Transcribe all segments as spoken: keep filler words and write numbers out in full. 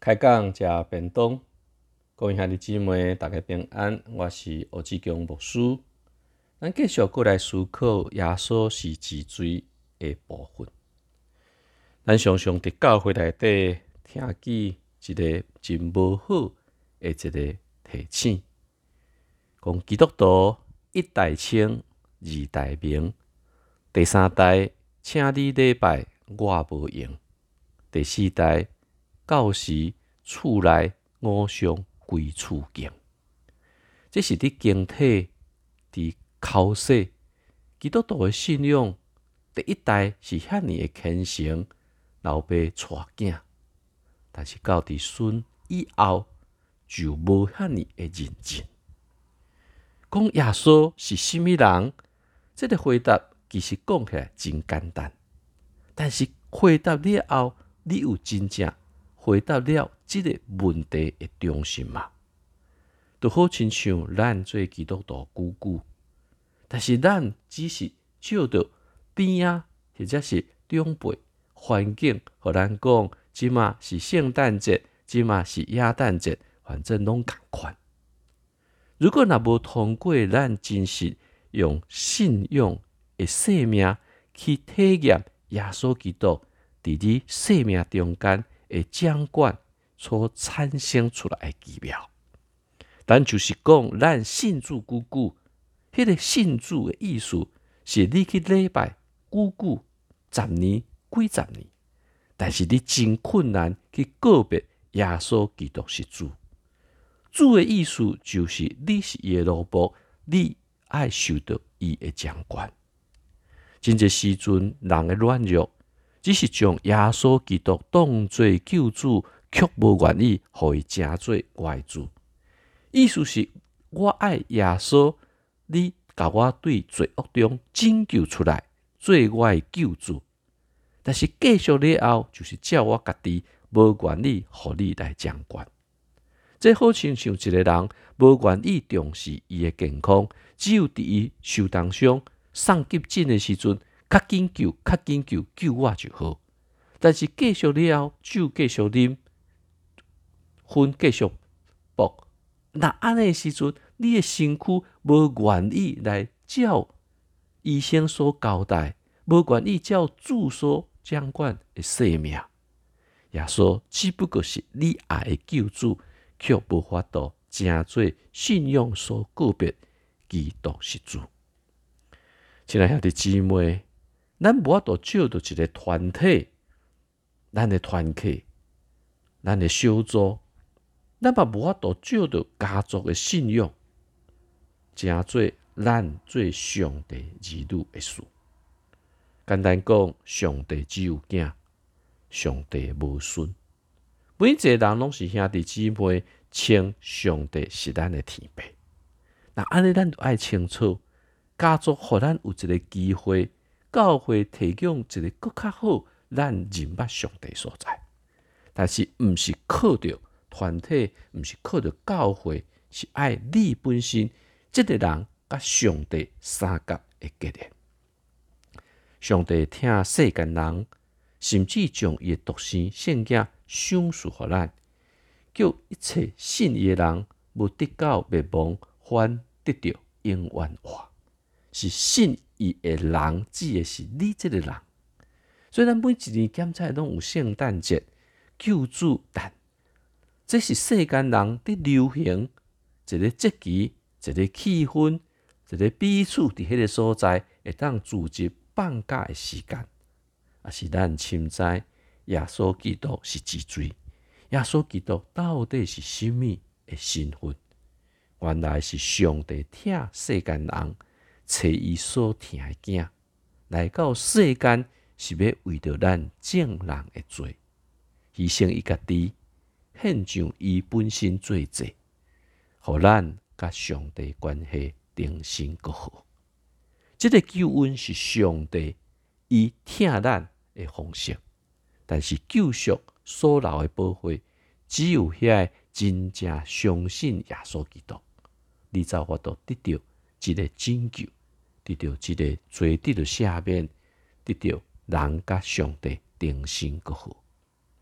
开讲食便当，各位兄弟姊妹，大家平安。我是欧志强牧师。咱继续过来思考耶稣是治水的部分。咱常常伫教会内底听见一个真无好的一个提醒，讲基督徒一代清，二代明，第三代请你礼拜我无用，第四代到时厝内五常归厝敬。这是伫经体伫口说基督徒的信仰，第一代是遐尼的虔诚，老爸带囝，但是到伫孙以后就无遐尼的认真。讲耶稣是甚物人？这个回答其实讲起来真简单，但是回答了后，你有真正回答了这个问题的中心吗？就好亲像咱做基督徒久久，但是咱只是照着边啊，或者是长辈环境，互咱讲，即马是圣诞节，即马是耶诞节，反正拢共款。如果若无通过咱真实用信仰的生命去体验耶稣基督伫你生命中间的掌管所产生出来的奇妙，咱就是讲，咱信主久久，迄个信主的意思是你去礼拜久久十年、几十年，但是你真困难去告别耶稣基督是主。主的意思就是你是伊的奴仆，你爱受到伊的掌管。真侪时阵，人的软弱，只是将耶稣基督当作救主，却无愿意互伊成做我的主。意思是我爱耶稣，你甲我对罪恶中拯救出来，做我的救主。但是继续了后，就是照我家己无愿意互你来掌管。这好亲像一个人无愿意重视伊的健康，只有伫伊受重伤、送急诊的时阵，较紧救、较紧救，救我就好。但是继续了后，酒继续啉，薰继续搏。那安尼的时阵，你的身躯无愿意来照医生所交代，无愿意照主所掌管的生命。耶稣只不过是你爱的救主，却无法度成做信仰所告别基督是主。亲爱兄弟姊妹，咱无法度照着一个团体，咱的团契，咱的小组，咱嘛无法度照着家族的信仰，成做咱做上帝儿女的事。简单讲，上帝只有囝，上帝无孙。每一个人拢是兄弟姊妹，称上帝是咱的天父。那安尼，咱就爱清楚，家族互咱有一个机会，教会提供一个更较好，咱认捌上帝所在。但是，毋是靠着团体，毋是靠着教会，是爱你本身，这个人甲上帝三角的结连。上帝听世间人，甚至将伊的独生圣囝赏赐予咱，叫一切信伊的人无得到灭亡，反得到永远活。是信伊的人，指的是你这个人。所以咱每一年检查拢有圣诞节、救主诞，这是世间人伫流行一个节期、一个气氛、一个彼此伫迄个所在会当组织放假的时间，也是咱深知耶稣基督是治水。耶稣基督到底是甚物的身份？原来是上帝疼世间人，找伊所疼的囝来到世间，是要为着咱正人的罪，牺牲伊家己，献上伊本身做祭，互咱甲上帝关系重新搁好。这个救恩是上帝伊疼咱的方式，但是救赎所留的宝血，只有遐真正相信耶稣基督，你才有法度得到一个拯救，得到一个罪得的赦免，得到人甲上帝重新搁好。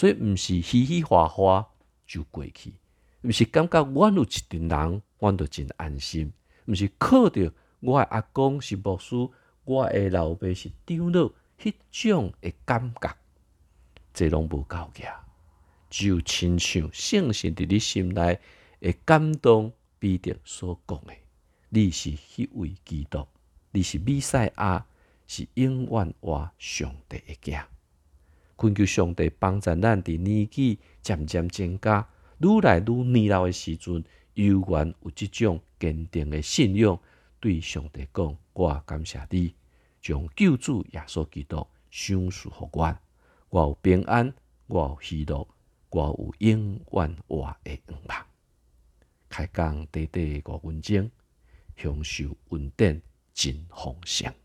所以毋是嘻嘻哈哈就过去，毋是感觉阮有一群人，阮就真安心，毋是靠着我的阿公是牧师，我的老爸是长老，迄种的感觉，这拢无够个。就亲像圣神伫你心内的感动，彼得所讲的，你是迄位基督，你是弥赛亚，是永远活上帝的囝。恳求上帝帮助咱伫年纪渐渐增加，愈来愈年老的时阵，犹原有即种坚定的信仰，对上帝讲：我感谢你，将救主耶稣基督赏赐予我，我有平安，我有喜乐，我有永远活的愿望。开讲短短五分钟，享受恩典真丰盛。